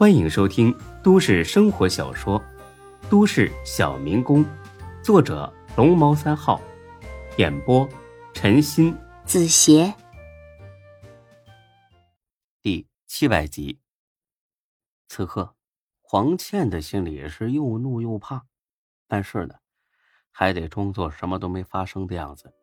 欢迎收听都市生活小说《都市小民工》，作者龙猫3号，演播陈鑫、 子邪， 第700集。此刻黄倩的心里是又怒又怕，但是呢还得装作什么都没发生的样子。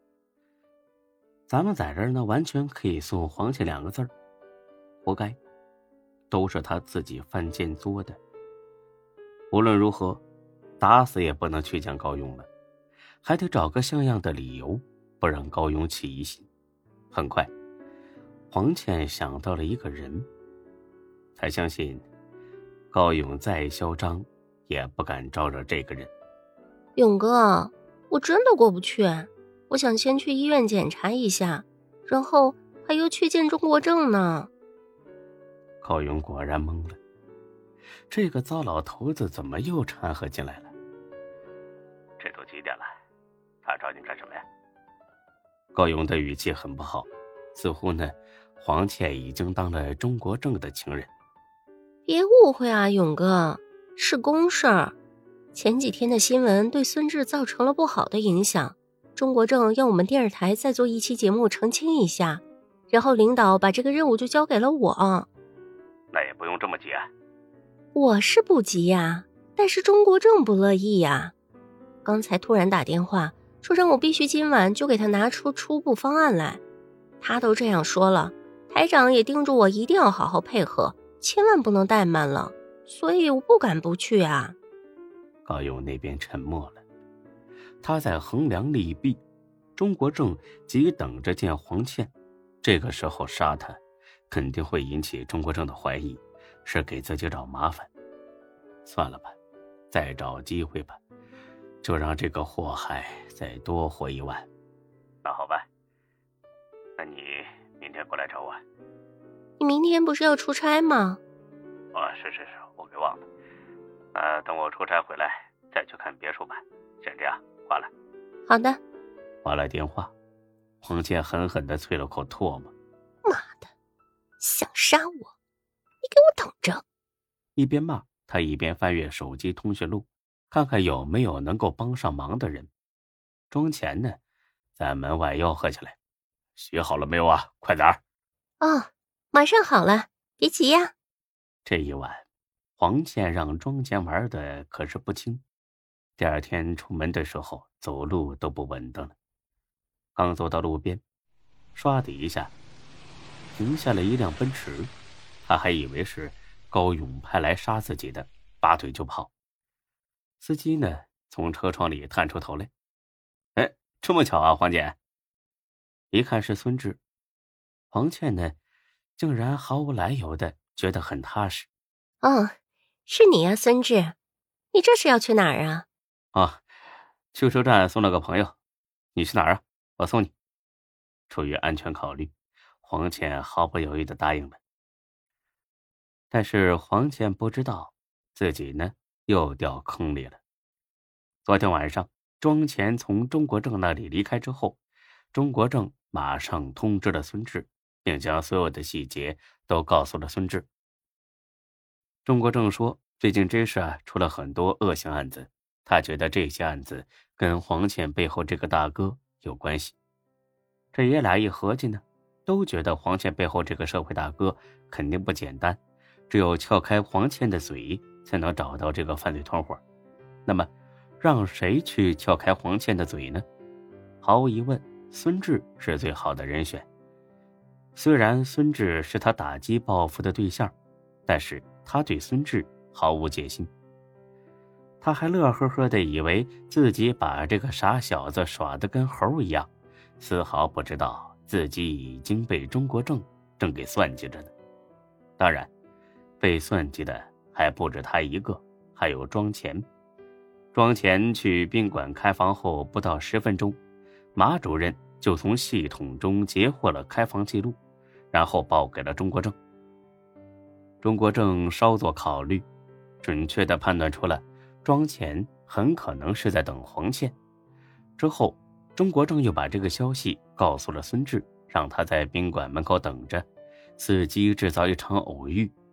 咱们在这儿呢完全可以送黄倩2个字儿，活该，都是他自己犯贱作的。无论如何打死也不能去见高勇了，还得找个像样的理由，不让高勇起疑心。很快黄倩想到了一个人，她相信高勇再嚣张也不敢招惹这个人。 勇哥，我真的过不去，我想先去医院检查一下，然后还要去见钟国正呢。 高勇果然懵了，这个糟老头子怎么又掺和进来了？这都几点了，他找你干什么呀？高勇的语气很不好，似乎呢黄倩已经当了钟国正的情人。 别误会啊，勇哥，是公事儿。前几天的新闻对孙志造成了不好的影响，钟国正要我们电视台再做一期节目澄清一下，然后领导把这个任务就交给了我。 那也不用这么急啊。 我是不急呀，但是钟国正不乐意呀。刚才突然打电话说让我必须今晚就给他拿出初步方案来，他都这样说了，台长也叮嘱我一定要好好配合，千万不能怠慢了，所以我不敢不去啊。 高勇那边沉默了，他在衡量利弊。钟国正急等着见黄倩，这个时候杀他肯定会引起钟国正的怀疑，是给自己找麻烦。算了吧，再找机会吧，就让这个祸害再多活1晚。那好吧，那你明天过来找我。 你明天不是要出差吗？ 是，我给忘了。等我出差回来再去看别墅吧。先这样，挂了。 好的。 挂了电话，黄倩狠狠地啐了口唾沫。 妈的，想杀我，你给我等着。 一边骂他一边翻阅手机通讯录，看看有没有能够帮上忙的人。庄前呢在门外吆喝起来，洗好了没有啊，快点儿。 马上好了，别急呀。 这一晚黄倩让庄前玩的可是不轻，第二天出门的时候走路都不稳当了。刚走到路边，唰的一下停下了一辆奔驰，他还以为是高勇派来杀自己的，拔腿就跑。司机呢从车窗里探出头来，这么巧啊，黄姐。一看是孙志，黄倩呢竟然毫无来由的觉得很踏实。 是你啊，孙志，你这是要去哪儿啊？ 去车站送了个朋友。你去哪儿啊？我送你。出于安全考虑，黄倩毫不犹豫地答应了。但是黄倩不知道自己呢又掉坑里了。昨天晚上庄前从钟国正那里离开之后，钟国正马上通知了孙志，并将所有的细节都告诉了孙志。钟国正说最近这事出了很多恶性案子，他觉得这些案子跟黄倩背后这个大哥有关系。这爷俩一合计呢，都觉得黄倩背后这个社会大哥肯定不简单，只有撬开黄倩的嘴才能找到这个犯罪团伙。那么让谁去撬开黄倩的嘴呢？毫无疑问，孙志是最好的人选。虽然孙志是他打击报复的对象，但是他对孙志毫无戒心。他还乐呵呵地以为自己把这个傻小子耍得跟猴一样，丝毫不知道自己已经被钟国正正给算计着呢。当然被算计的还不止他一个，还有庄前。庄前去宾馆开房后不到10分钟，马主任就从系统中截获了开房记录，然后报给了钟国正。钟国正稍作考虑，准确地判断出了庄前很可能是在等黄倩。之后钟国正又把这个消息告诉了孙志，让他在宾馆门口等着，伺机制造一场偶遇，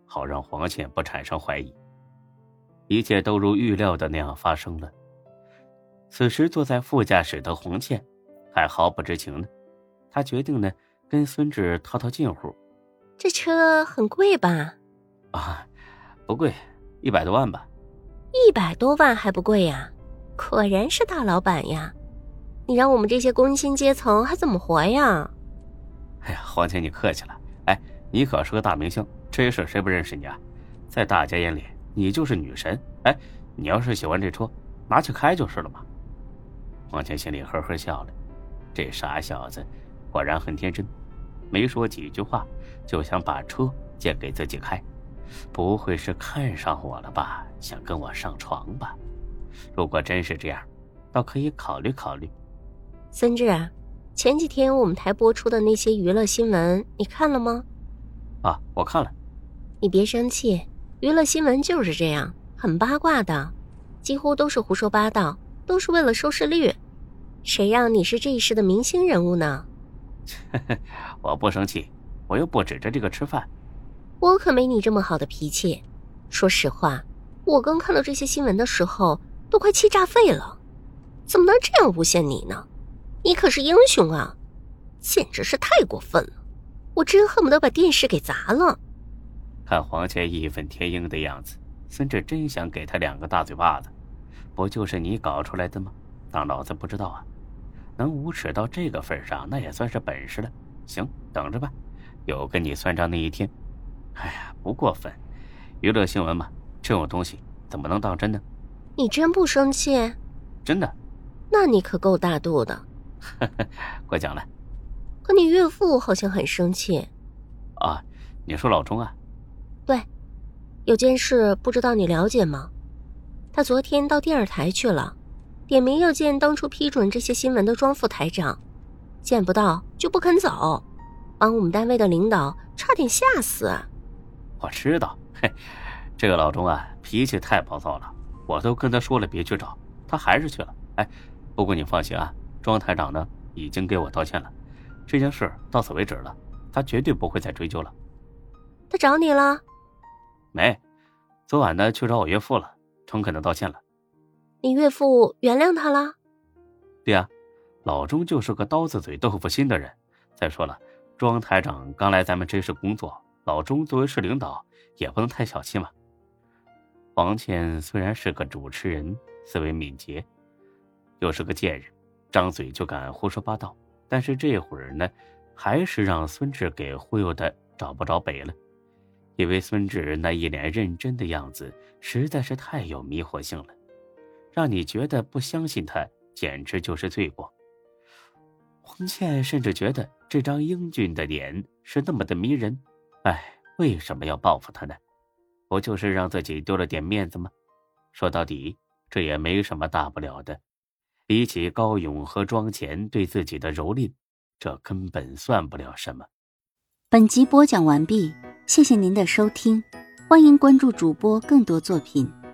好让黄倩不产生怀疑。一切都如预料的那样发生了。此时坐在副驾驶的黄倩还毫不知情呢，她决定呢跟孙志套套近乎。 这车很贵吧？ 啊，不贵，100多万吧。 100多万还不贵呀？果然是大老板呀！你让我们这些工薪阶层还怎么活呀？ 哎呀，黄倩你客气了。哎，你可是个大明星，这事谁不认识你啊？在大家眼里你就是女神。哎，你要是喜欢这车，拿去开就是了嘛。黄倩心里呵呵笑了，这傻小子果然很天真，没说几句话就想把车借给自己开，不会是看上我了吧，想跟我上床吧？如果真是这样，倒可以考虑考虑。 孙志啊，前几天我们台播出的那些娱乐新闻你看了吗？ 啊，我看了。 你别生气，娱乐新闻就是这样，很八卦的，几乎都是胡说八道，都是为了收视率。谁让你是这一世的明星人物呢？ 我不生气，我又不指着这个吃饭。 我可没你这么好的脾气。说实话，我刚看到这些新闻的时候都快气炸肺了，怎么能这样诬陷你呢？你可是英雄啊，简直是太过分了，我真恨不得把电视给砸了。 看黄倩义愤填膺的样子，孙志真想给他2个大嘴巴子。不就是你搞出来的吗？当老子不知道啊？能无耻到这个份上，那也算是本事了。行，等着吧，有跟你算账那一天。哎呀，不过分，娱乐新闻嘛，这种东西怎么能当真呢？ 你真不生气？ 真的。 那你可够大度的。 过奖了。 可你岳父好像很生气。 啊，你说老钟啊？ 对，有件事不知道你了解吗？他昨天到电视台去了，点名要见当初批准这些新闻的庄副台长，见不到就不肯走，把我们单位的领导差点吓死。 我知道，嘿，这个老钟啊，脾气太暴躁了，我都跟他说了别去找，他还是去了。哎，不过你放心啊，庄台长呢已经给我道歉了，这件事到此为止了，他绝对不会再追究了。 他找你了？ 没，昨晚呢去找我岳父了，诚恳的道歉了。 你岳父原谅他了？ 对啊，老钟就是个刀子嘴豆腐心的人。再说了，庄台长刚来咱们这市工作，老钟作为市领导也不能太小气嘛。黄倩虽然是个主持人，思维敏捷，又是个贱人，张嘴就敢胡说八道，但是这会儿呢，还是让孙志给忽悠的找不着北了。因为孙志那一脸认真的样子实在是太有迷惑性了，让你觉得不相信他简直就是罪过。黄倩甚至觉得这张英俊的脸是那么的迷人，为什么要报复他呢？不就是让自己丢了点面子吗？说到底，这也没什么大不了的。比起高勇和庄前对自己的蹂躏，这根本算不了什么。 本集播讲完毕，谢谢您的收听，欢迎关注主播更多作品。